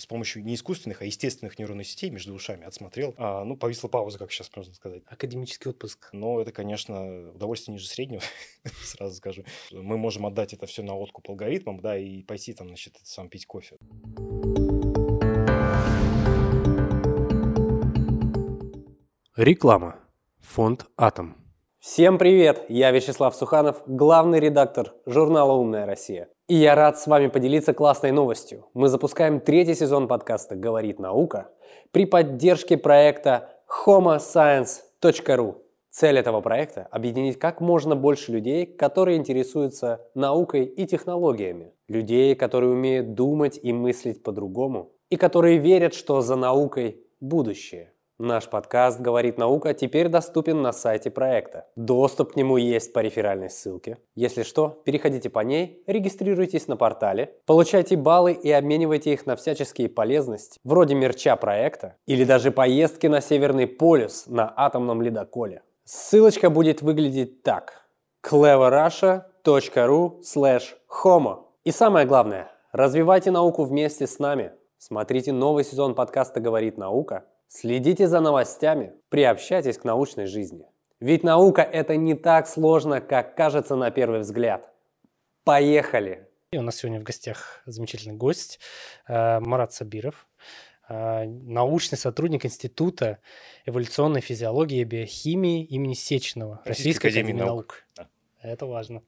помощью не искусственных, а естественных нейронных сетей между ушами отсмотрел. Повисла пауза, как сейчас можно сказать. Академический отпуск. Но это, конечно, удовольствие ниже среднего, сразу скажу. Мы можем отдать это все на откуп алгоритмам, да, и пойти там, значит, сам пить кофе. Реклама. Фонд «Атом». Всем привет! Я Вячеслав Суханов, главный редактор журнала «Умная Россия». И я рад с вами поделиться классной новостью. Мы запускаем 3-й сезон подкаста «Говорит наука» при поддержке проекта homoscience.ru. Цель этого проекта – объединить как можно больше людей, которые интересуются наукой и технологиями. Людей, которые умеют думать и мыслить по-другому. И которые верят, что за наукой будущее. Наш подкаст «Говорит наука» теперь доступен на сайте проекта. Доступ к нему есть по реферальной ссылке. Если что, переходите по ней, регистрируйтесь на портале, получайте баллы и обменивайте их на всяческие полезности, вроде мерча проекта или даже поездки на Северный полюс на атомном ледоколе. Ссылочка будет выглядеть так: cleverrussia.ru/homo. И самое главное, развивайте науку вместе с нами. Смотрите новый сезон подкаста «Говорит наука». Следите за новостями, приобщайтесь к научной жизни. Ведь наука – это не так сложно, как кажется на первый взгляд. Поехали! И у нас сегодня в гостях замечательный гость Марат Сабиров, научный сотрудник Института эволюционной физиологии и биохимии имени Сеченова Российской академии наук. Да. Это важно.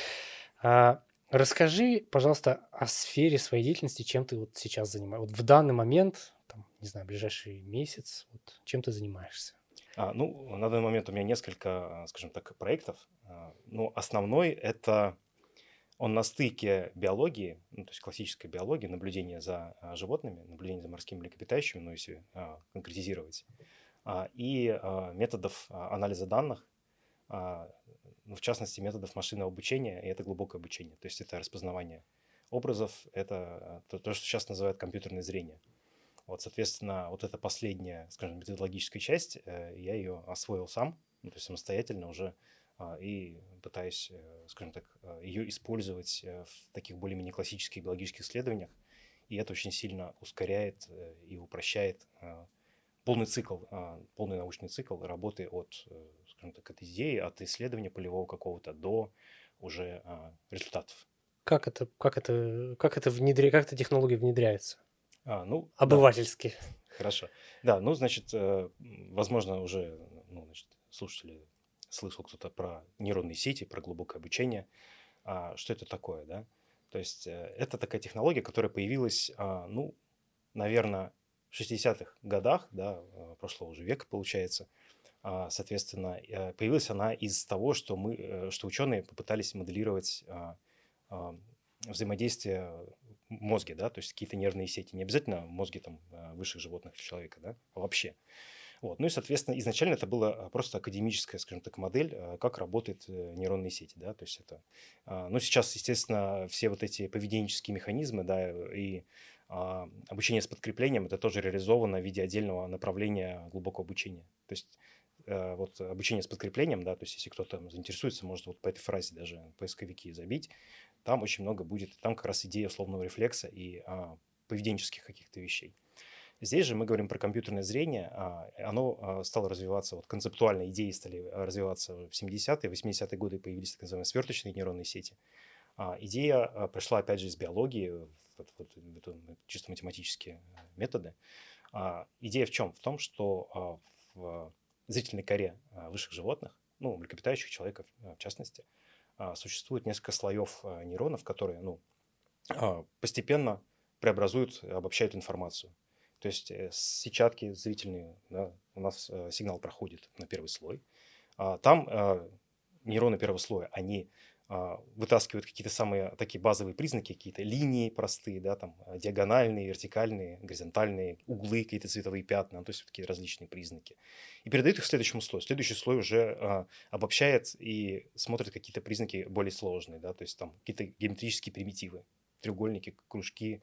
Расскажи, пожалуйста, о сфере своей деятельности, чем ты вот сейчас занимаешься. Вот в данный момент, не знаю, ближайший месяц, чем ты занимаешься? На данный момент у меня несколько, скажем так, проектов. Основной это он на стыке биологии, то есть классической биологии, наблюдения за животными, наблюдения за морскими млекопитающими, если конкретизировать, и методов анализа данных, в частности, методов машинного обучения, и это глубокое обучение. То есть это распознавание образов, это то, что сейчас называют компьютерное зрение. Соответственно, эта последняя, скажем, методологическая часть, я ее освоил сам, то есть самостоятельно уже, и пытаюсь, скажем так, ее использовать в таких более-менее классических биологических исследованиях, и это очень сильно ускоряет и упрощает полный научный цикл работы от, скажем так, от идеи, от исследования полевого какого-то до уже результатов. Как эта технология внедряется? Обывательски. Да. Хорошо. Да, возможно, уже слушатели слышал кто-то про нейронные сети, про глубокое обучение. Что это такое, да? То есть это такая технология, которая появилась, наверное, в 60-х годах, да, прошлого уже века, получается. Соответственно, появилась она из того, что ученые попытались моделировать взаимодействие в мозге, да, то есть какие-то нервные сети. Не обязательно в мозге высших животных или человека, да, а вообще. И, соответственно, изначально это была просто академическая, скажем так, модель, как работают нейронные сети, да, то есть это... сейчас, естественно, все эти поведенческие механизмы, да, и обучение с подкреплением, это тоже реализовано в виде отдельного направления глубокого обучения. То есть обучение с подкреплением, да, то есть если кто-то заинтересуется, может по этой фразе даже поисковики забить, там очень много будет, там как раз идея условного рефлекса и поведенческих каких-то вещей. Здесь же мы говорим про компьютерное зрение, оно стало развиваться, концептуальные идеи стали развиваться в 70-е, 80-е годы, появились так называемые сверточные нейронные сети. Идея пришла, опять же, из биологии, в чисто математические методы. Идея в чем? В том, что в зрительной коре высших животных, млекопитающих, человека в частности, существует несколько слоев нейронов, которые постепенно преобразуют, обобщают информацию. То есть сетчатки зрительные, да, у нас сигнал проходит на первый слой. Там нейроны первого слоя, они вытаскивают какие-то самые такие базовые признаки, какие-то линии простые, да, диагональные, вертикальные, горизонтальные, углы, какие-то цветовые пятна, то есть такие различные признаки. И передают их следующему слою. Следующий слой уже обобщает и смотрит какие-то признаки более сложные, да, то есть какие-то геометрические примитивы, треугольники, кружки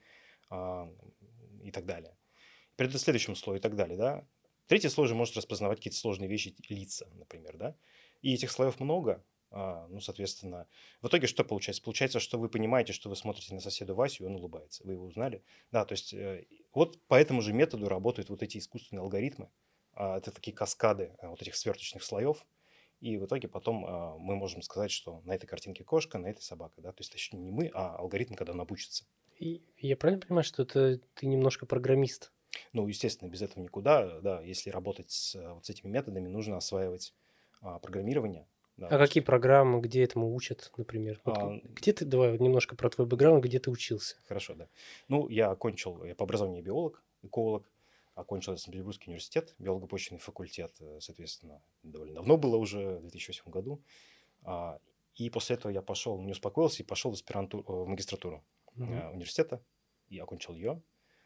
и так далее. Передает следующему слою и так далее, да. Третий слой же может распознавать какие-то сложные вещи, лица, например, да. И этих слоев много. Ну, соответственно, в итоге что получается? Получается, что вы понимаете, что вы смотрите на соседа Васю, и он улыбается. Вы его узнали? Да, то есть вот по этому же методу работают вот эти искусственные алгоритмы. Это такие каскады вот этих сверточных слоев. И в итоге потом мы можем сказать, что на этой картинке кошка, на этой собака. Да? То есть, точнее, не мы, а алгоритм, когда он обучится. И я правильно понимаю, что это ты немножко программист? Ну, естественно, без этого никуда. Да, если работать вот с этими методами, нужно осваивать программирование. Да, А какие программы, где этому учат, например? Вот где ты, давай немножко про твой бэкграунд, где ты учился? Хорошо, да. Ну, я по образованию биолог, эколог, окончил Санкт-Петербургский университет, биолого-почвенный факультет, соответственно, довольно давно было уже, в 2008 году. И после этого я не успокоился и пошел в магистратуру университета и окончил ее.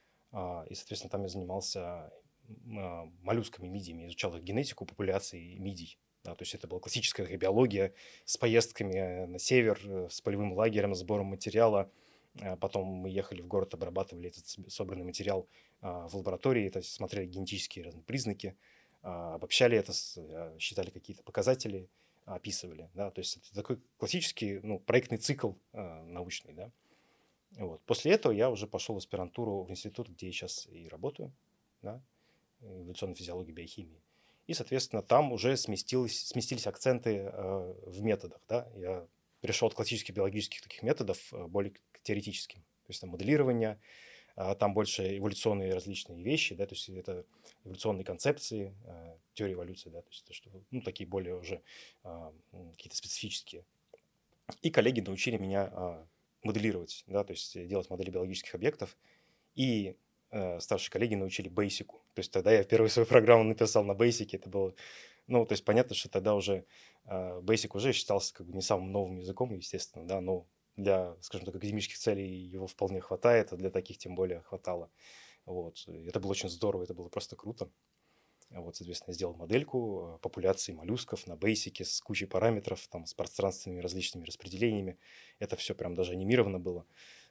И, соответственно, там я занимался моллюсками, мидиями, изучал их генетику популяции мидий. Да, то есть это была классическая такая биология с поездками на север, с полевым лагерем, сбором материала. Потом мы ехали в город, обрабатывали этот собранный материал в лаборатории, то есть смотрели генетические разные признаки, обобщали это, считали какие-то показатели, описывали. Да, то есть это такой классический проектный цикл научный. Да. Вот. После этого я уже пошел в аспирантуру в институт, где я сейчас и работаю, да, эволюционной физиологии, биохимии. И, соответственно, там уже сместились акценты в методах. Да. Я перешел от классических биологических таких методов более к теоретическим. То есть там моделирование, там больше эволюционные различные вещи, да, то есть это эволюционные концепции, теория эволюции, да, то есть это что, такие более уже какие-то специфические. И коллеги научили меня моделировать, да, то есть делать модели биологических объектов. И старшие коллеги научили Basic. То есть тогда я первую свою программу написал на Basic. Это было, то есть понятно, что тогда уже Basic уже считался как бы не самым новым языком, естественно, да, но для, скажем так, академических целей его вполне хватает, а для таких тем более хватало. Вот. Это было очень здорово, это было просто круто. Вот, соответственно, я сделал модельку популяции моллюсков на Basic с кучей параметров, там, с пространственными различными распределениями. Это все прям даже анимировано было.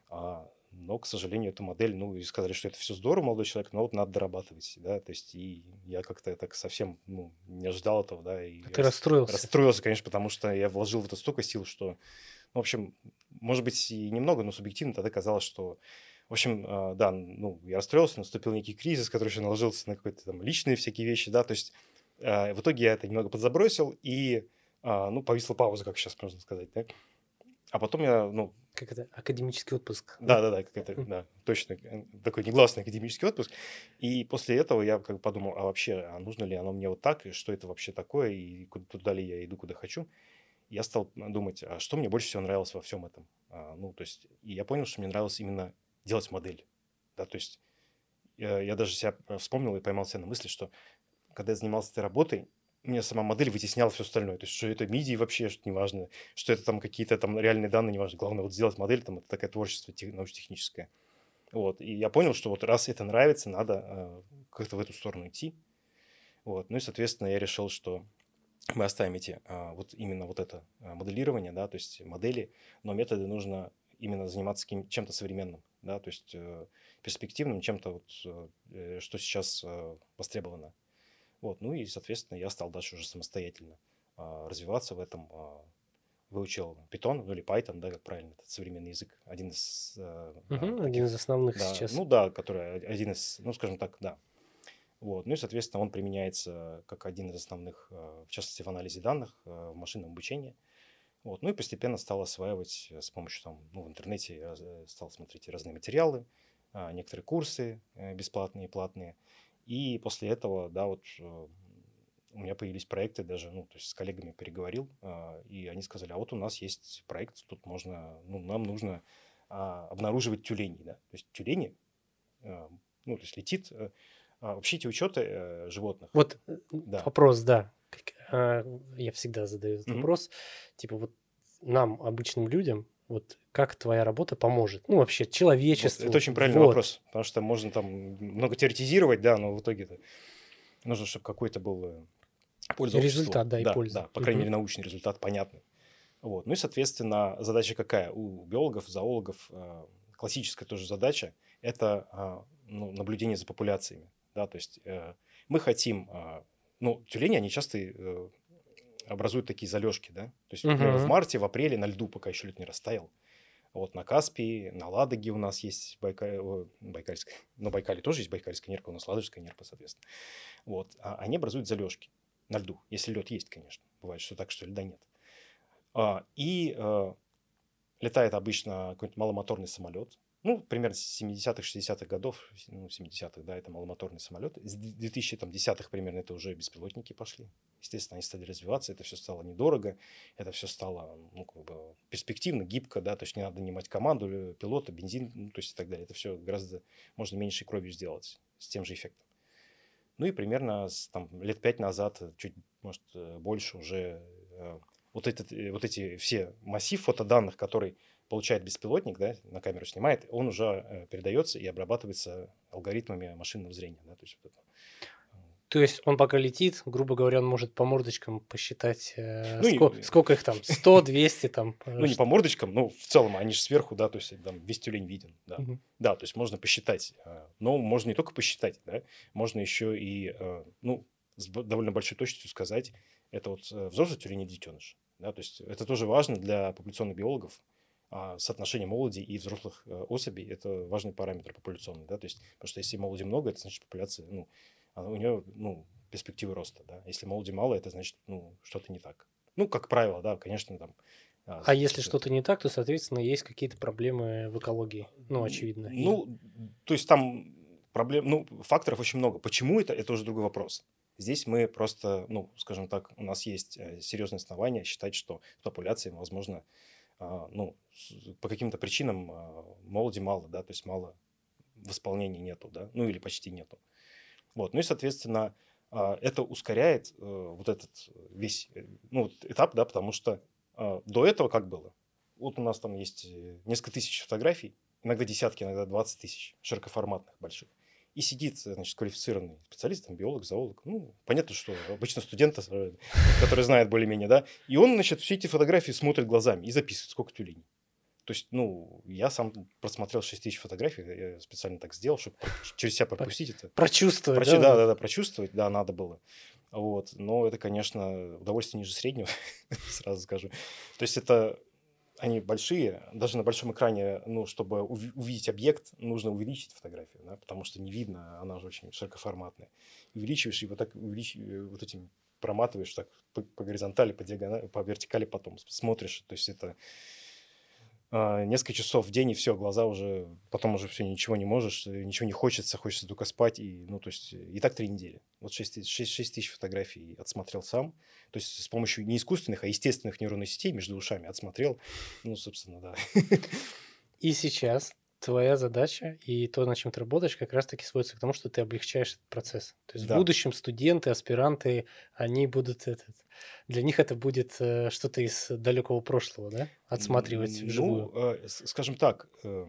Но, к сожалению, эту модель, и сказали, что это все здорово, молодой человек, но вот надо дорабатывать, да, то есть и я как-то так совсем, не ожидал этого, да. И ты расстроился? Расстроился, конечно, потому что я вложил в это столько сил, что, в общем, может быть, и немного, но субъективно тогда казалось, что, в общем, да, я расстроился, наступил некий кризис, который еще наложился на какие-то там личные всякие вещи, да, то есть в итоге я это немного подзабросил, и, повисла пауза, как сейчас можно сказать, да. А потом я, Как это? Академический отпуск. Да, да, точно, такой негласный академический отпуск. И после этого я как бы подумал, а вообще, нужно ли оно мне вот так, и что это вообще такое, и туда ли я иду, куда хочу. Я стал думать, а что мне больше всего нравилось во всем этом. То есть, и я понял, что мне нравилось именно делать модель. Да, то есть я даже себя вспомнил и поймал себя на мысли, что когда я занимался этой работой, у меня сама модель вытесняла все остальное. То есть, что это MIDI вообще, что неважно, что это там какие-то там реальные данные, неважно. Главное, вот сделать модель, там, это такое творчество научно-техническое. Вот. И я понял, что вот раз это нравится, надо как-то в эту сторону идти. Вот. Ну и, соответственно, я решил, что мы оставим вот именно вот это моделирование, да, то есть модели, но методы нужно именно заниматься чем-то современным, да, то есть перспективным, чем-то вот, что сейчас востребовано. Вот, и, соответственно, я стал дальше уже самостоятельно развиваться в этом. Выучил Python, или Python, да, как правильно, это современный язык. Один из один из основных да, сейчас. который один из, скажем так, да. Вот, и, соответственно, он применяется как один из основных, в частности, в анализе данных, в машинном обучении. Вот, и постепенно стал осваивать с помощью, в интернете я стал смотреть разные материалы, некоторые курсы бесплатные и платные. И после этого, да, вот у меня появились проекты даже, то есть с коллегами переговорил, и они сказали, а вот у нас есть проект, тут можно, нам нужно обнаруживать тюленей, да, то есть тюлени, то есть летит, вообще эти учеты животных. Вот да. Вопрос, да, я всегда задаю этот вопрос, типа вот нам, обычным людям, вот как твоя работа поможет? Вообще, человечеству. Вот, это очень правильный вопрос, потому что можно там много теоретизировать, да, но в итоге-то нужно, чтобы какой-то был польза обществу. Результат, да, и польза. Да, по крайней мере, научный результат понятный. Вот. И, соответственно, задача какая? У биологов, зоологов классическая тоже задача – это наблюдение за популяциями. Да, то есть мы хотим… тюлени, они часто образуют такие залежки, да. То есть, например, в марте, в апреле на льду, пока еще лед не растаял. Вот на Каспии, на Ладоге у нас есть Байкальская, на Байкале тоже есть Байкальская нерпа, у нас Ладожская нерпа, соответственно. Вот, они образуют залежки на льду, если лед есть, конечно. Бывает, что так, что льда нет. Летает обычно какой-нибудь маломоторный самолет. Ну, примерно с 70-х, 60-х годов, 70-х, да, это маломоторный самолет. С 2010-х примерно это уже беспилотники пошли. Естественно, они стали развиваться, это все стало недорого, это все стало, перспективно, гибко, да, то есть не надо нанимать команду, пилота, бензин, то есть и так далее. Это все гораздо можно меньшей кровью сделать с тем же эффектом. Ну и примерно лет 5 назад, чуть, может, больше уже вот эти все массив фотоданных, который получает беспилотник, да, на камеру снимает, он уже передается и обрабатывается алгоритмами машинного зрения. Да, то есть он пока летит, грубо говоря, он может по мордочкам посчитать, сколько их там, 100, 200 там. Не по мордочкам, но в целом они же сверху, да, то есть там весь тюлень виден. Да, да, то есть можно посчитать. Но можно не только посчитать, да, можно еще и, с довольно большой точностью сказать, это вот взрослый тюлень и детеныш. Да, то есть это тоже важно для популяционных биологов. Соотношение молодей и взрослых особей – это важный параметр популяционный. Да? То есть, потому что если молодей много, это значит популяция, у нее перспективы роста. Да? Если молодей мало, это значит что-то не так. Как правило, да, конечно, там. Если что-то не так, то, соответственно, есть какие-то проблемы в экологии, очевидно. То есть там проблем, факторов очень много. Почему это уже другой вопрос. Здесь мы просто, скажем так, у нас есть серьезные основания считать, что с популяцией, возможно, по каким-то причинам молоди мало, да, то есть мало восполнения нету, да, или почти нету. Вот, и, соответственно, это ускоряет вот этот весь этап, да, потому что до этого как было? Вот у нас там есть несколько тысяч фотографий, иногда десятки, иногда 20 тысяч широкоформатных больших. И сидит, значит, квалифицированный специалист, биолог, зоолог. Понятно, что обычно студент, который знает более-менее, да. И он, значит, все эти фотографии смотрит глазами и записывает, сколько тюленей. То есть, я сам просмотрел 6 тысяч фотографий, я специально так сделал, чтобы через себя пропустить это. Прочувствовать, да, прочувствовать, да, надо было. Вот. Но это, конечно, удовольствие ниже среднего, сразу скажу. То есть это... Они большие, даже на большом экране, чтобы увидеть объект, нужно увеличить фотографию, да, потому что не видно, она же очень широкоформатная. Увеличиваешь и вот так вот этим проматываешь так по горизонтали, по диагонали, по вертикали потом смотришь. То есть это несколько часов в день, и все, глаза уже, потом уже все, ничего не можешь, ничего не хочется только спать. И, то есть, и так 3 недели. Вот 6 тысяч фотографий отсмотрел сам. То есть с помощью не искусственных, а естественных нейронных сетей между ушами отсмотрел. Собственно, да. И сейчас твоя задача и то, над чем ты работаешь, как раз-таки сводится к тому, что ты облегчаешь этот процесс. То есть в будущем студенты, аспиранты, они будут... Для них это будет что-то из далекого прошлого, да? Отсматривать вживую. Скажем так,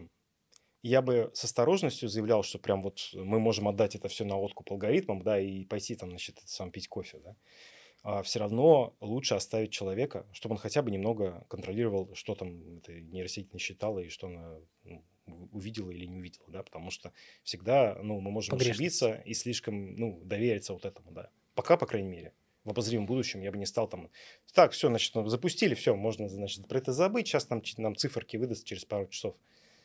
я бы с осторожностью заявлял, что прям вот мы можем отдать это все на откуп алгоритмам, да, и пойти там, значит, сам пить кофе, да. А все равно лучше оставить человека, чтобы он хотя бы немного контролировал, что там эта нейросеть насчитала и что она увидела или не увидела, да, потому что всегда, мы можем ошибиться и слишком, довериться вот этому, да. Пока, по крайней мере, в обозримом будущем я бы не стал там, так, все, значит, запустили, все, можно, значит, про это забыть, сейчас нам циферки выдаст через пару часов.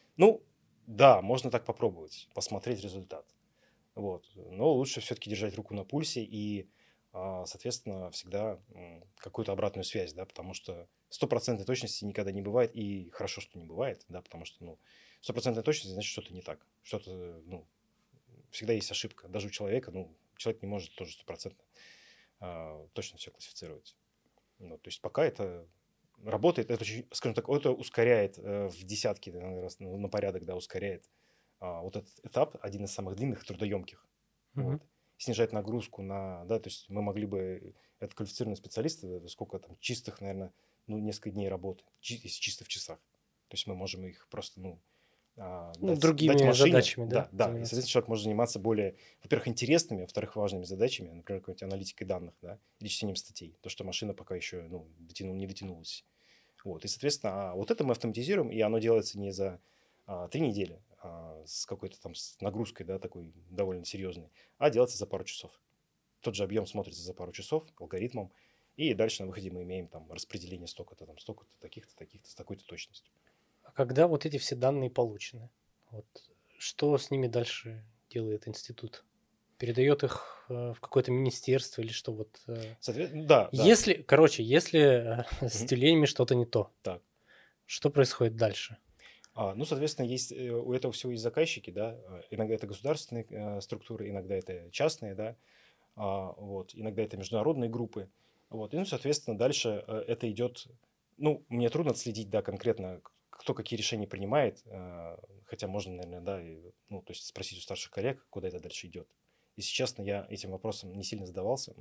Да, можно так попробовать, посмотреть результат. Вот. Но лучше все-таки держать руку на пульсе и, соответственно, всегда какую-то обратную связь, да, потому что 100% точности никогда не бывает, и хорошо, что не бывает, да, потому что, 100% точности значит что-то не так, что-то, всегда есть ошибка. Даже у человека, человек не может тоже 100% точно все классифицировать. То есть пока это работает, это, скажем так, это ускоряет в десятки раз на порядок, да, ускоряет вот этот этап, один из самых длинных, трудоемких. Вот. Снижать нагрузку да, то есть мы могли бы, это квалифицированные специалисты, сколько там чистых, наверное, несколько дней работы, чисто в часах. То есть мы можем их просто, другими дать машине, задачами, да? Да. И, соответственно, человек может заниматься более, во-первых, интересными, во-вторых, важными задачами, например, какой-нибудь аналитикой данных, да, или чтением статей, то, что машина пока еще, не дотянулась. Вот, и, соответственно, вот это мы автоматизируем, и оно делается не за 3 недели, с какой-то там с нагрузкой, да, такой довольно серьезной, а делается за пару часов. Тот же объем смотрится за пару часов алгоритмом, И дальше на выходе мы имеем там распределение столько-то, таких-то, таких-то, с такой-то точностью. А когда вот эти все данные получены, вот, что с ними дальше делает институт? Передает их в какое-то министерство или что? Вот, Соответственно, да. если с тюленями что-то не то, Так. что происходит дальше? Соответственно, есть у этого всего есть заказчики, да, иногда это государственные структуры, иногда это частные, да, иногда это международные группы, соответственно, дальше это идет, мне трудно отследить, да, конкретно, кто какие решения принимает, хотя можно, наверное, да, то есть спросить у старших коллег, куда это дальше идет. Если честно, я этим вопросом не сильно задавался,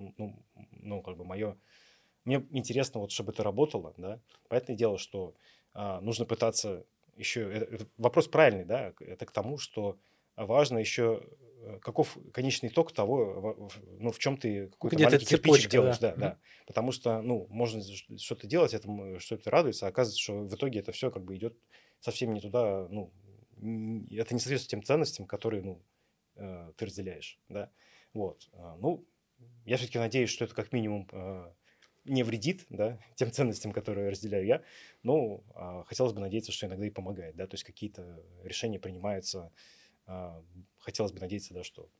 мне интересно, чтобы это работало, да, понятное дело, что нужно пытаться еще, это вопрос правильный, да, это к тому, что важно еще, каков конечный итог того, в чем ты какой-то маленький кирпичик делаешь, да, потому что, можно что-то делать, что-то радуется, а оказывается, что в итоге это все как бы идет совсем не туда, это не соответствует тем ценностям, которые, ты разделяешь, да, я все-таки надеюсь, что это как минимум не вредит, да, тем ценностям, которые разделяю я, но хотелось бы надеяться, что иногда и помогает, да, то есть какие-то решения принимаются, хотелось бы надеяться, да, что,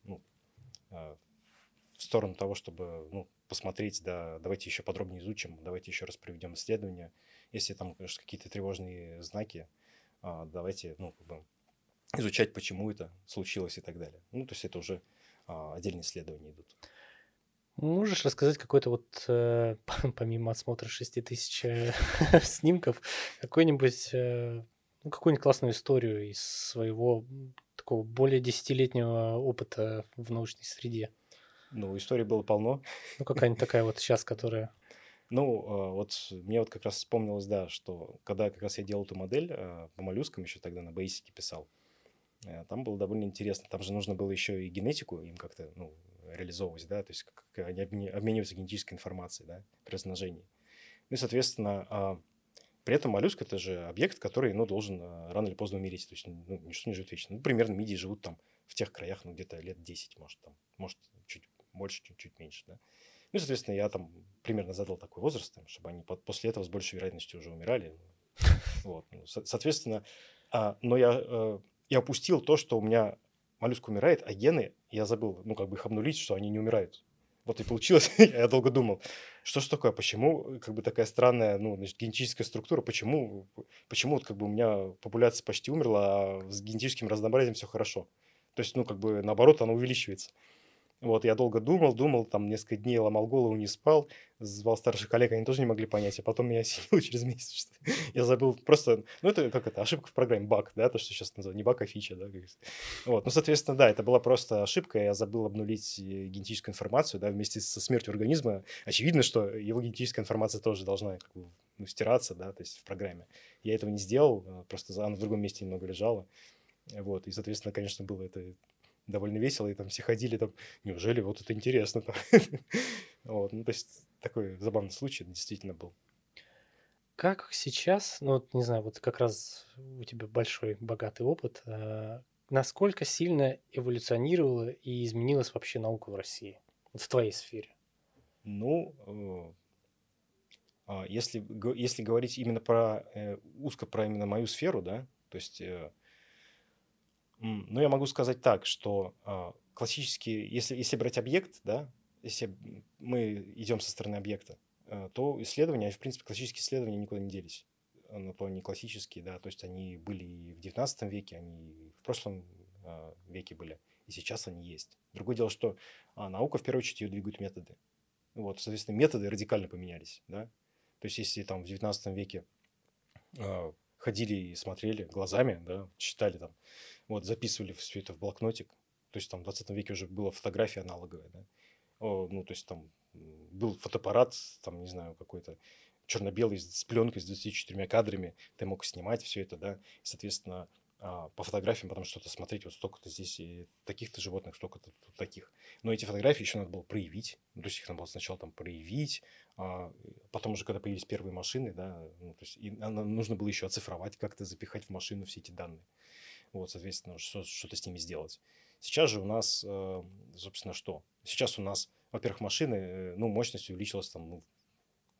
в сторону того, чтобы, посмотреть, да, давайте еще подробнее изучим, давайте еще раз проведем исследования, если там, конечно, какие-то тревожные знаки, давайте, изучать, почему это случилось и так далее. То есть это уже отдельные исследования идут. Можешь рассказать какой-то помимо осмотра 6000 снимков, какую-нибудь классную историю из своего такого более 10-летнего опыта в научной среде? Историй было полно. Какая-нибудь такая вот сейчас, которая... Мне как раз вспомнилось, да, что когда как раз я делал эту модель по моллюскам, еще тогда на Basic писал, там было довольно интересно. Там же нужно было еще и генетику им как-то, реализовывать, да, то есть как они обмениваются генетической информацией, да, при размножении. И, соответственно, при этом моллюск – это же объект, который, должен рано или поздно умереть, то есть, ничто не живет вечно. Примерно мидии живут там в тех краях, где-то лет 10, может чуть больше, чуть меньше, да. Соответственно, я там примерно задал такой возраст, чтобы они после этого с большей вероятностью уже умирали. Соответственно, но я упустил то, что у меня моллюск умирает, а гены, я забыл, их обнулить, что они не умирают. И получилось, я долго думал, что ж такое, почему такая странная, генетическая структура, почему у меня популяция почти умерла, а с генетическим разнообразием все хорошо. То есть, наоборот, она увеличивается. Я долго думал, там несколько дней ломал голову, не спал, звал старших коллег, они тоже не могли понять, а потом меня осенило через месяц, что я забыл просто, это ошибка в программе, баг, да, то, что сейчас называют, не баг, а фича, да, соответственно, да, это была просто ошибка, я забыл обнулить генетическую информацию, да, вместе со смертью организма, очевидно, что его генетическая информация тоже должна стираться, да, то есть в программе. Я этого не сделал, просто она в другом месте немного лежала, и, соответственно, конечно, было это довольно весело, и там все ходили, там, неужели вот это интересно? То есть такой забавный случай действительно был. Как сейчас, не знаю, как раз у тебя большой, богатый опыт, насколько сильно эволюционировала и изменилась вообще наука в России, в твоей сфере? Если говорить именно узко про именно мою сферу, да, то есть... я могу сказать так, что классически, если брать объект, да, если мы идем со стороны объекта, то исследования, в принципе, классические исследования никуда не делись. Но то они классические, да, то есть они были и в 19 веке, они и в прошлом веке были, и сейчас они есть. Другое дело, что наука, в первую очередь, ее двигают методы. Соответственно, методы радикально поменялись, да. То есть если там в 19 веке ходили и смотрели глазами, да, читали там, записывали все это в блокнотик. То есть там в 20 веке уже была фотография аналоговая, да. То есть там был фотоаппарат, там, не знаю, какой-то черно-белый с пленкой с 24 кадрами, ты мог снимать все это, да, и, соответственно, по фотографиям потом что-то смотреть, вот столько-то здесь и таких-то животных, столько-то тут таких. Но эти фотографии еще надо было проявить, то есть их надо было сначала там проявить, потом уже, когда появились первые машины, да, то есть нужно было еще оцифровать, как-то запихать в машину все эти данные. Соответственно, что-то с ними сделать. Сейчас же у нас, собственно, что? Сейчас у нас, во-первых, машины, мощность увеличилась там,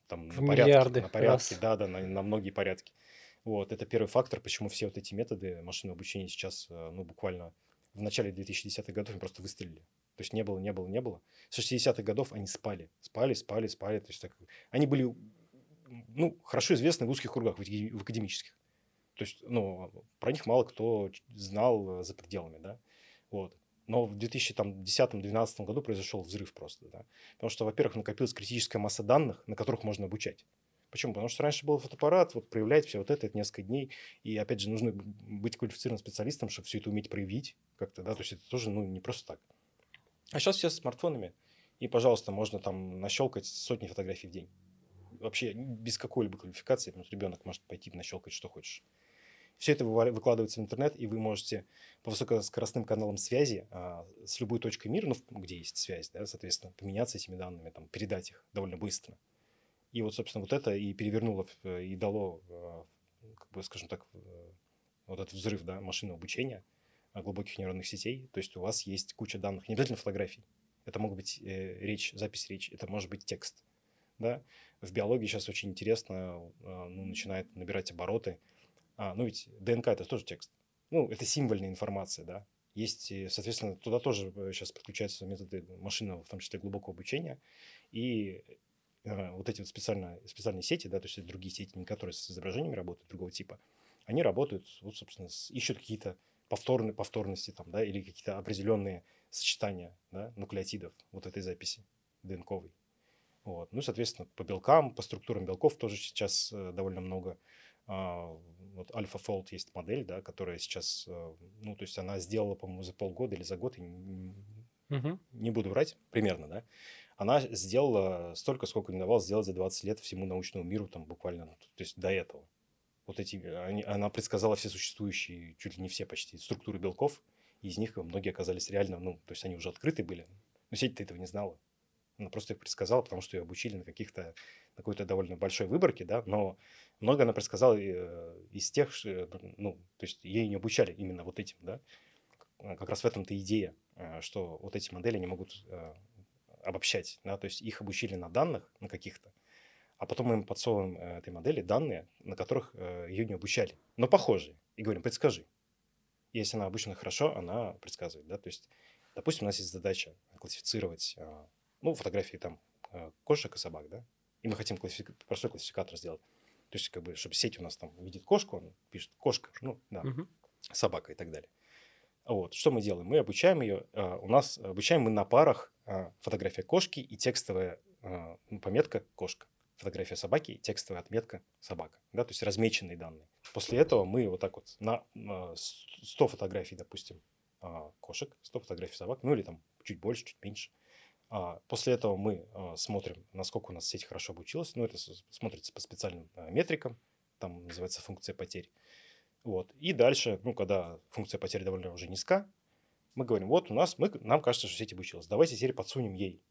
там В на порядке, миллиарды на порядке, раз. да, на многие порядки. Вот, это первый фактор, почему все вот эти методы машинного обучения сейчас, ну, буквально в начале 2010-х годов они просто выстрелили. То есть не было. С 60-х годов они спали. То есть так, они были, ну, хорошо известны в узких кругах, в академических. То есть, ну, про них мало кто знал за пределами, да. Вот. Но в 2010-2012 году произошел взрыв просто, да. Потому что, во-первых, накопилась критическая масса данных, на которых можно обучать. Почему? Потому что раньше был фотоаппарат, вот проявлять все вот это несколько дней. И, опять же, нужно быть квалифицированным специалистом, чтобы все это уметь проявить как-то, да. То есть это тоже, ну, не просто так. А сейчас все с смартфонами. И, пожалуйста, можно там нащелкать сотни фотографий в день. Вообще без какой-либо квалификации, потому что ребенок может пойти нащелкать что хочешь. Все это выкладывается в интернет, и вы можете по высокоскоростным каналам связи с любой точкой мира, ну, где есть связь, да, соответственно, поменяться этими данными, там, передать их довольно быстро. И вот, собственно, вот это и перевернуло, и дало, как бы, скажем так, вот этот взрыв, да, машинного обучения, глубоких нейронных сетей. То есть у вас есть куча данных, не обязательно фотографий. Это могут быть речь, запись речи, это может быть текст. Да? В биологии сейчас очень интересно, ну, начинает набирать обороты. Ну, ведь ДНК – это тоже текст. Ну, это символьная информация, да. Есть, соответственно, туда тоже сейчас подключаются методы машинного, в том числе глубокого обучения. И вот эти вот специальные сети, да, то есть другие сети, не которые с изображениями работают, другого типа, они работают, вот, собственно, ищут какие-то повторности там, да, или какие-то определенные сочетания, да, нуклеотидов вот этой записи ДНКовой. Вот. Ну, соответственно, по белкам, по структурам белков тоже сейчас довольно много. Вот AlphaFold есть модель, да, которая сейчас, ну, то есть она сделала, по-моему, за полгода или за год, не буду врать, примерно, да, она сделала столько, сколько не давалось сделать за 20 лет всему научному миру, там, буквально, то есть до этого. Вот она предсказала все существующие, чуть ли не все почти, структуры белков, и из них многие оказались реально, ну, то есть они уже открыты были, но сеть-то этого не знала. Она просто их предсказала, потому что ее обучили на какой-то довольно большой выборке, да, но много она предсказала из тех, ну, то есть ей не обучали именно вот этим, да. Как раз в этом-то идея, что вот эти модели не могут обобщать, да, то есть их обучили на данных, на каких-то, а потом мы им подсовываем этой модели данные, на которых ее не обучали, но похожие, и говорим, предскажи. Если она обучена хорошо, она предсказывает, да, то есть, допустим, у нас есть задача классифицировать, ну, фотографии там кошек и собак, да, и мы хотим простой классификатор сделать. То есть, как бы, чтобы сеть у нас там видит кошку, он пишет кошка, ну, да, собака и так далее. Вот, что мы делаем? Мы обучаем ее, обучаем мы на парах фотография кошки и текстовая пометка кошка. Фотография собаки и текстовая отметка собака, да, то есть размеченные данные. После этого мы вот так вот на 100 фотографий, допустим, кошек, 100 фотографий собак, ну или там чуть больше, чуть меньше. После этого мы смотрим, насколько у нас сеть хорошо обучилась. Ну, это смотрится по специальным метрикам, там называется функция потерь. Вот. И дальше, ну, когда функция потерь довольно уже низка, мы говорим, вот у нас, нам кажется, что сеть обучилась. Давайте теперь подсунем ей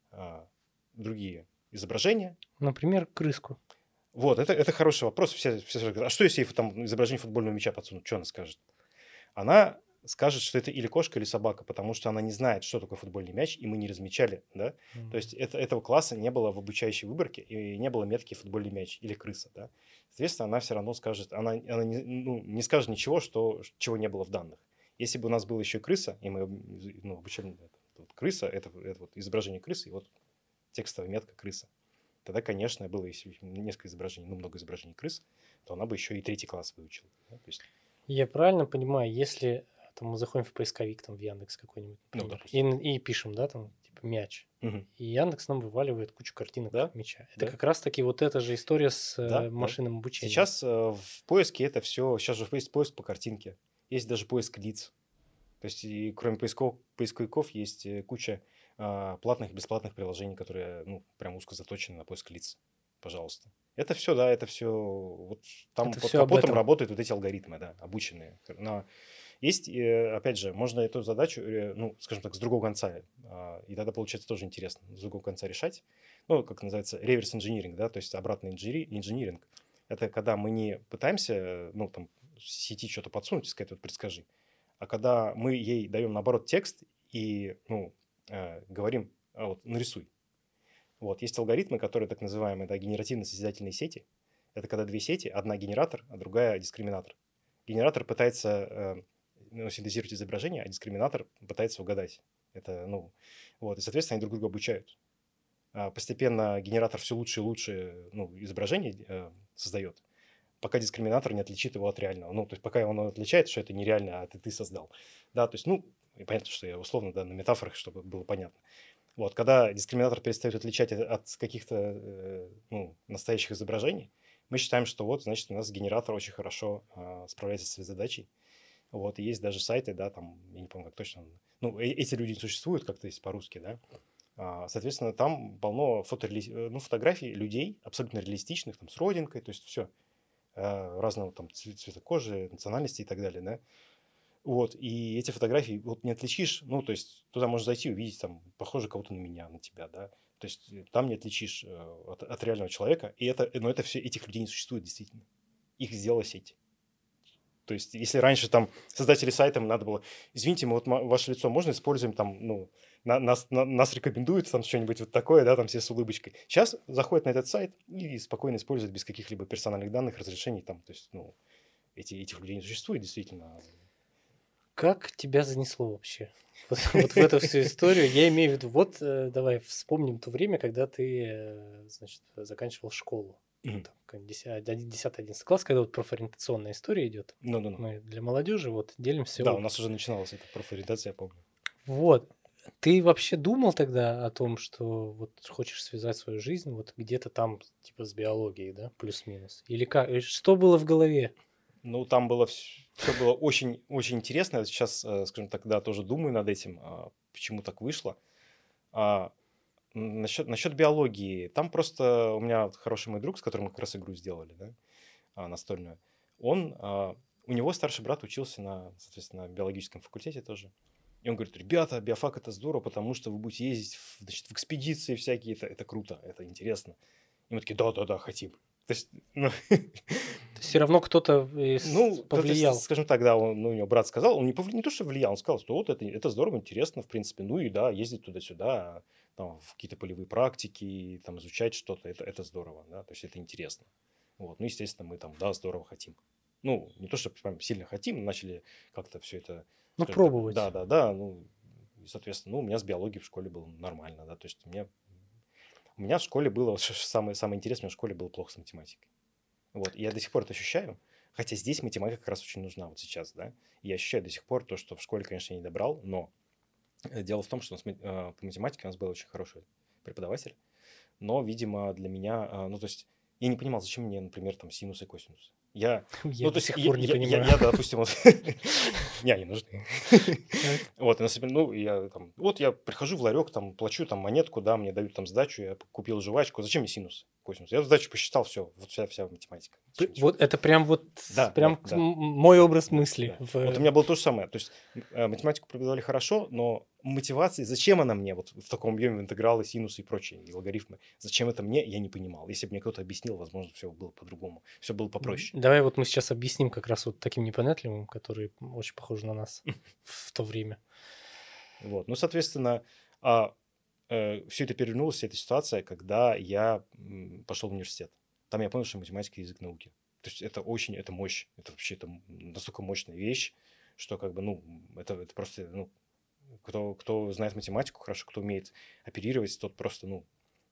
другие изображения. Например, крыску. Вот, это хороший вопрос. Все говорят, а что если там изображение футбольного мяча подсунут? Что она скажет? Она скажет, что это или кошка, или собака, потому что она не знает, что такое футбольный мяч, и мы не размечали, да? То есть этого класса не было в обучающей выборке, и не было метки футбольный мяч или крыса, да? Соответственно, она все равно скажет, она не скажет ничего, чего не было в данных. Если бы у нас была еще крыса, и мы обучали крыса, это вот изображение крысы, и вот текстовая метка крыса, тогда, конечно, было, если несколько изображений, много изображений крыс, то она бы еще и 3 класс выучила. Да? То есть... Я правильно понимаю, если там, мы заходим в поисковик, там, в Яндекс какой-нибудь, например, и пишем, да, там, типа, мяч, и Яндекс нам вываливает кучу картинок мяча. Это как раз-таки вот эта же история с машинным обучением. Сейчас в поиске это все, сейчас же есть поиск по картинке, есть даже поиск лиц. То есть, и кроме поисковиков есть куча платных и бесплатных приложений, которые, ну, прям узко заточены на поиск лиц. Пожалуйста. Это все, да, это все. Вот там под капотом работают вот эти алгоритмы, да, обученные. Но есть, опять же, можно эту задачу, ну, скажем так, с другого конца, и тогда получается тоже интересно, с другого конца решать. Ну, как называется, реверс инжиниринг, да, то есть обратный инжиниринг. Это когда мы не пытаемся, ну, там, сети что-то подсунуть и сказать, вот предскажи, а когда мы ей даем, наоборот, текст и, ну, говорим, вот, нарисуй. Вот. Есть алгоритмы, которые так называемые, да, генеративно-созидательные сети. Это когда две сети, одна генератор, а другая дискриминатор. Генератор пытается синтезировать изображение, а дискриминатор пытается угадать. Это, ну, вот. И, соответственно, они друг друга обучают. Постепенно генератор все лучше и лучше, ну, изображений создает, пока дискриминатор не отличит его от реального. Ну, то есть пока он отличает, что это нереально, а ты создал. Да, то есть, ну, и понятно, что я условно, да, на метафорах, чтобы было понятно. Вот, когда дискриминатор перестает отличать от каких-то ну, настоящих изображений, мы считаем, что вот, значит, у нас генератор очень хорошо справляется с своей задачей. Вот, и есть даже сайты, да, там, я не помню, как точно, ну, эти люди существуют, как-то есть по-русски, да. Соответственно, там полно фотографий людей, абсолютно реалистичных, там, с родинкой, то есть все, разного там цвета кожи, национальности и так далее, да. Вот, и эти фотографии вот не отличишь, ну, то есть туда можно зайти и увидеть, там, похоже кого-то на меня, на тебя, да. То есть там не отличишь от реального человека, но это все, этих людей не существует действительно. Их сделала сеть. То есть, если раньше там создатели сайта надо было, извините, мы вот ваше лицо можно используем там, ну, нас рекомендуют там что-нибудь вот такое, да, там все с улыбочкой. Сейчас заходят на этот сайт и спокойно используют без каких-либо персональных данных, разрешений там, то есть, ну, этих людей не существует действительно. Как тебя занесло вообще вот в эту всю историю? Я имею в виду, вот давай вспомним то время, когда ты, значит, заканчивал школу. 10-11 класс, когда вот профориентационная история идет. Ну. Мы для молодежи вот делимся. Да, у нас уже начиналась эта профориентация, я помню. Вот. Ты вообще думал тогда о том, что вот хочешь связать свою жизнь вот где-то там типа с биологией, да, плюс-минус? Или как? Что было в голове? Ну, там было все было очень, очень интересно. Я сейчас, скажем так, да, тоже думаю над этим, почему так вышло. Насчет биологии. Там просто у меня хороший мой друг, с которым мы как раз игру сделали, да, настольную. У него старший брат учился на, соответственно, биологическом факультете тоже. И он говорит: ребята, биофак это здорово, потому что вы будете ездить значит, в экспедиции всякие, это круто, это интересно. И мы такие: да, хотим. То есть, ну, Все равно кто-то повлиял. Скажем так, да, у него брат сказал, он не то, что влиял, он сказал, что вот это здорово, интересно, в принципе, ну и да, ездить туда-сюда, там, в какие-то полевые практики, там, изучать что-то, это здорово, да, то есть это интересно. Вот, ну, естественно, мы там, да, здорово хотим. Ну, не то, что прям сильно хотим, начали как-то все это... Ну, пробовать. Да, ну, и, соответственно, ну, у меня с биологией в школе было нормально, да, то есть у меня в школе было, самое интересное, у меня в школе было плохо с математикой. Вот, и я до сих пор это ощущаю, хотя здесь математика как раз очень нужна вот сейчас, да. И я ощущаю до сих пор то, что в школе, конечно, я не добрал, но дело в том, что по математике у нас был очень хороший преподаватель, но, видимо, для меня, ну, то есть, я не понимал, зачем мне, например, там, синус и косинус. Я до сих пор не понимаю. Я, допустим, вот... Не, они нужны. Вот, ну, я прихожу в ларек, там, плачу там монетку, да, мне дают там сдачу, я купил жвачку. Зачем мне синус, косинус? Я сдачу посчитал, все, вот вся математика. Вот это прям вот мой образ мысли. Вот у меня было то же самое. То есть математику преподавали хорошо, но мотивации, зачем она мне вот в таком объеме интегралы, синусы и прочие, и логарифмы, зачем это мне, я не понимал. Если бы мне кто-то объяснил, возможно, все было по-другому, все было попроще. Давай вот мы сейчас объясним как раз вот таким непонятливым, которые очень похожи на нас в то время. Вот, ну, соответственно, все это перевернулось, вся эта ситуация, когда я пошел в университет. Там я понял, что математика — язык науки. То есть это мощь, это вообще настолько мощная вещь, что как бы, ну, это просто, ну, кто знает математику хорошо, кто умеет оперировать, тот просто, ну,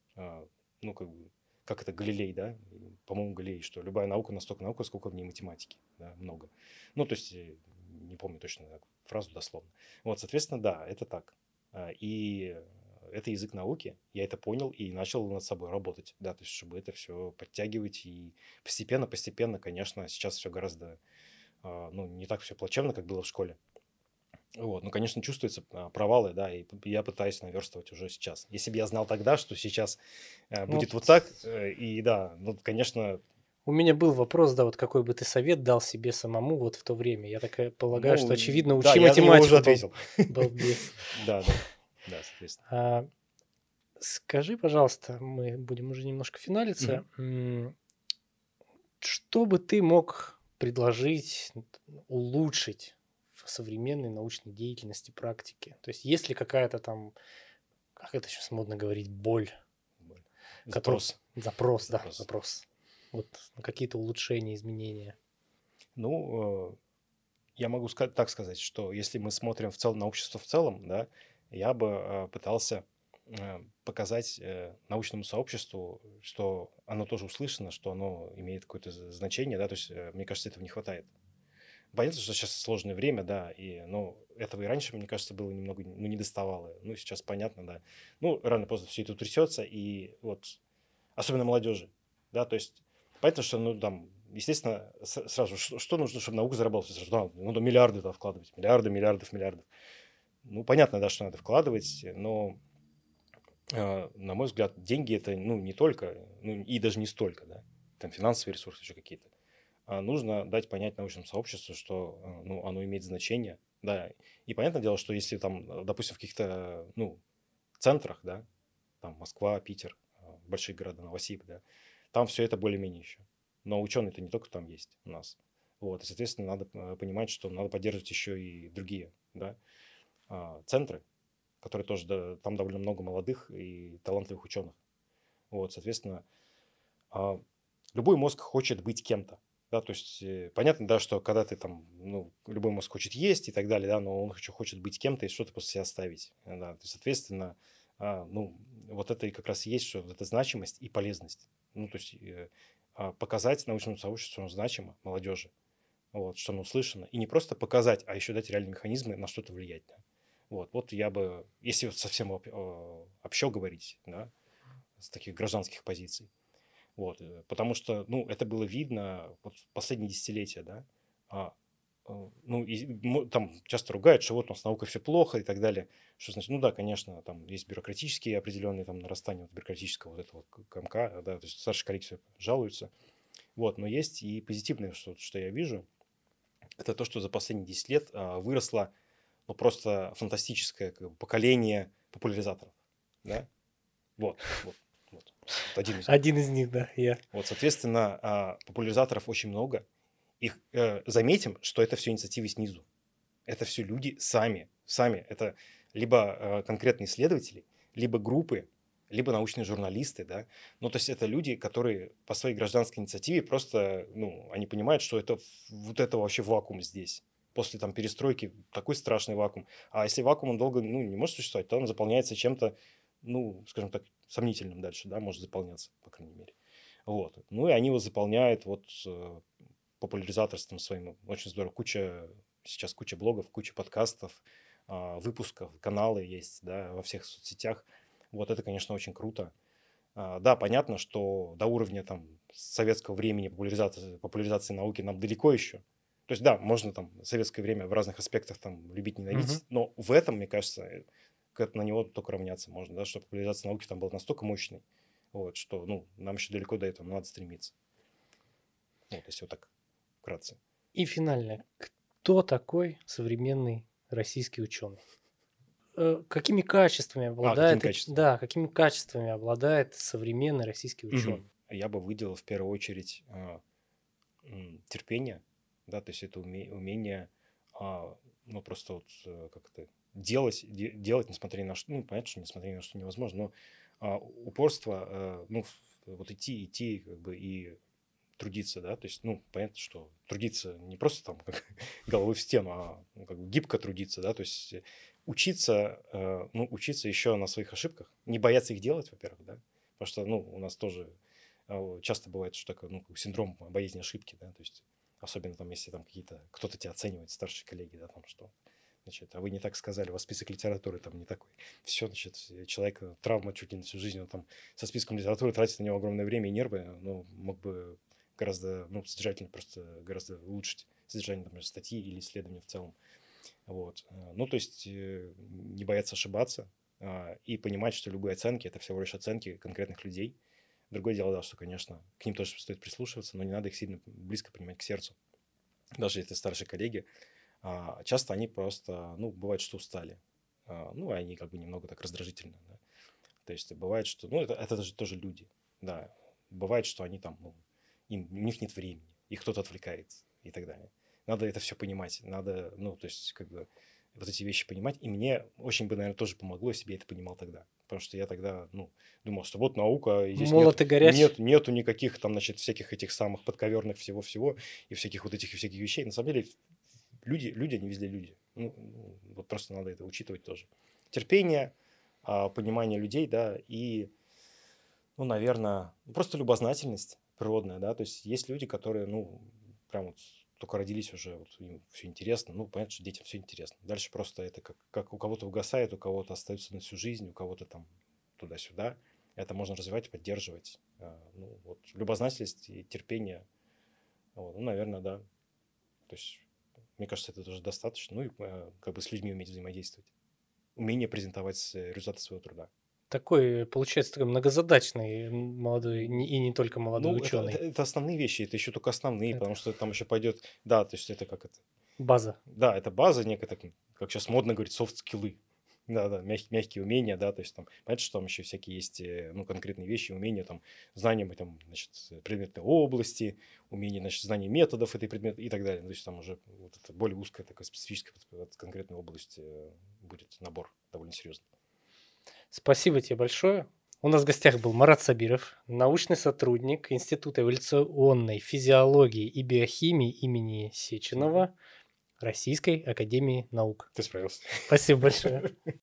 как бы, как это, Галилей, да? По-моему, Галилей, что любая наука настолько наука, сколько в ней математики, да, много. Ну, то есть, не помню точно фразу дословно. Вот, соответственно, да, это так. И это язык науки, я это понял и начал над собой работать, да, то есть, чтобы это все подтягивать, и постепенно, конечно, сейчас все гораздо, ну, не так все плачевно, как было в школе. Вот, ну, конечно, чувствуются провалы, да, и я пытаюсь наверстывать уже сейчас. Если бы я знал тогда, что сейчас будет вот так, и да, ну, конечно... У меня был вопрос, да, вот какой бы ты совет дал себе самому вот в то время? Я так полагаю, что, очевидно, учи математику. Я уже ответил. Балбес. Да, соответственно. Скажи, пожалуйста, мы будем уже немножко финалиться. Что бы ты мог предложить, улучшить в современной научной деятельности, практике? То есть есть ли какая-то там, как это сейчас модно говорить, боль? Запрос. Запрос. Вот на какие-то улучшения, изменения. Ну, я могу так сказать, что если мы смотрим на общество в целом, да, я бы пытался показать научному сообществу, что оно тоже услышано, что оно имеет какое-то значение, да, то есть, мне кажется, этого не хватает. Понятно, что сейчас сложное время, да, этого и раньше, мне кажется, было немного, не доставало. Ну, сейчас понятно, да. Ну, рано или поздно все это утрясется, и вот, особенно молодежи, да, то есть, понятно, что, ну, там, естественно, сразу, что нужно, чтобы наука заработала? Сразу, да, надо миллиарды туда вкладывать, миллиардов. Ну, понятно, да, что надо вкладывать, но, на мой взгляд, деньги это, ну, не только, ну, и даже не столько, да, там финансовые ресурсы еще какие-то. Нужно дать понять научному сообществу, что, ну, оно имеет значение, да, и понятное дело, что если там, допустим, в каких-то, ну, центрах, да, там Москва, Питер, большие города, Новосиб, да, там все это более-менее еще. Но ученые-то не только там есть у нас. Вот, и, соответственно, надо понимать, что надо поддерживать еще и другие, да, центры, которые тоже, да, там довольно много молодых и талантливых ученых. Вот, соответственно, любой мозг хочет быть кем-то. Да, то есть понятно, да, что когда ты там, ну, любой мозг хочет есть и так далее, да, но он еще хочет быть кем-то и что-то после себя оставить. Да, то есть, соответственно, ну, вот это и как раз и есть, что вот эта значимость и полезность. Ну, то есть показать научному сообществу, что оно значимо, молодежи, вот, что оно услышано. И не просто показать, а еще дать реальные механизмы на что-то влиять. Да. Вот я бы, если вот совсем общо говорить, да, с таких гражданских позиций, вот, потому что, ну, это было видно вот в последние десятилетия, да. Ну, там часто ругают, что вот у нас с наукой все плохо и так далее. Что значит, ну да, конечно, там есть бюрократические определенные там нарастания вот, бюрократического вот этого комка, да, то есть старшие коллеги все жалуются. Вот, но есть и позитивное, что я вижу, это то, что за последние 10 лет выросло, ну, просто фантастическое как бы, поколение популяризаторов, да. Вот. Один из них. Один из них, да, я. Вот, соответственно, популяризаторов очень много. Их заметим, что это все инициативы снизу. Это все люди сами. Это либо конкретные исследователи, либо группы, либо научные журналисты, да. Ну, то есть это люди, которые по своей гражданской инициативе просто, ну, они понимают, что вот это вообще вакуум здесь. После там перестройки такой страшный вакуум. А если вакуум, он долго, ну, не может существовать, то он заполняется чем-то, ну, скажем так, сомнительным дальше, да, может заполняться, по крайней мере. Вот. Ну, и они его заполняют вот популяризаторством своим. Очень здорово. Сейчас куча блогов, куча подкастов, выпусков, каналы есть, да, во всех соцсетях. Вот это, конечно, очень круто. Да, понятно, что до уровня там советского времени популяризации науки нам далеко еще. То есть, да, можно там советское время в разных аспектах там любить, ненавидеть, но в этом, мне кажется, на него только равняться можно, да, что популяризация науки там была настолько мощной, вот, что, ну, нам еще далеко до этого, но надо стремиться. Вот, если вот так вкратце. И финально, кто такой современный российский ученый? Какими качествами обладает? Какими качествами обладает современный российский ученый? Я бы выделил в первую очередь терпение, да, то есть это умение, ну, просто вот как-то делать, несмотря на что, ну, понятно, что несмотря на что невозможно, но упорство, ну, вот идти, как бы, и трудиться, да, то есть, ну, понятно, что трудиться не просто там как головой в стену, а ну, как бы гибко трудиться, да, то есть учиться еще на своих ошибках, не бояться их делать, во-первых, да, потому что, ну, у нас тоже часто бывает, что такое, ну, синдром боязни ошибки, да, то есть особенно там, если там кто-то тебя оценивает, старшие коллеги, да, там что, значит, а вы не так сказали, у вас список литературы там не такой. Все, значит, человек, травма чуть не на всю жизнь, он там со списком литературы тратит на него огромное время и нервы, но мог бы гораздо, ну, содержательно просто гораздо улучшить содержание, например, статьи или исследования в целом. Вот. Ну, то есть не бояться ошибаться и понимать, что любые оценки – это всего лишь оценки конкретных людей. Другое дело, да, что, конечно, к ним тоже стоит прислушиваться, но не надо их сильно близко принимать к сердцу. Даже если старшие коллеги, часто они просто, ну, бывает, что устали. Ну, они как бы немного так раздражительны. Да? То есть бывает, что, ну, это даже тоже люди. Да, бывает, что они там, ну, у них нет времени, их кто-то отвлекает и так далее. Надо это все понимать. Надо, ну, то есть, как бы, вот эти вещи понимать. И мне очень бы, наверное, тоже помогло, если бы я это понимал тогда. Потому что я тогда, думал, что вот наука, и здесь Молод и горяч. нету никаких там, значит, всяких этих самых подковерных всего-всего и всяких вот этих вещей. На самом деле люди, они везде люди. Вот просто надо это учитывать тоже. Терпение, понимание людей, да, и, наверное, просто любознательность природная, да, то есть есть люди, которые, прям вот только родились уже, вот им все интересно, понятно, что детям все интересно. Дальше просто это как у кого-то угасает, у кого-то остается на всю жизнь, у кого-то там туда-сюда. Это можно развивать, поддерживать. Вот любознательность и терпение, наверное, да. То есть, мне кажется, это тоже достаточно. И как бы с людьми уметь взаимодействовать. Умение презентовать результаты своего труда. Такой, получается, такой многозадачный молодой, и не только молодой ученый. Это основные вещи, это еще только основные, потому что там еще пойдет, да, то есть это как это? База. Да, это база некая, как сейчас модно говорить, софт-скиллы. Да, мягкие умения, да, то есть там, понятно, что там еще всякие есть, конкретные вещи, умения, там, знания, там, значит, предметной области, умения, значит, знания методов этой предмета и так далее. То есть там уже вот это более узкая такая специфическая конкретная область будет набор довольно серьезный. Спасибо тебе большое. У нас в гостях был Марат Сабиров, научный сотрудник Института эволюционной физиологии и биохимии имени Сеченова Российской академии наук. Ты справился. Спасибо большое.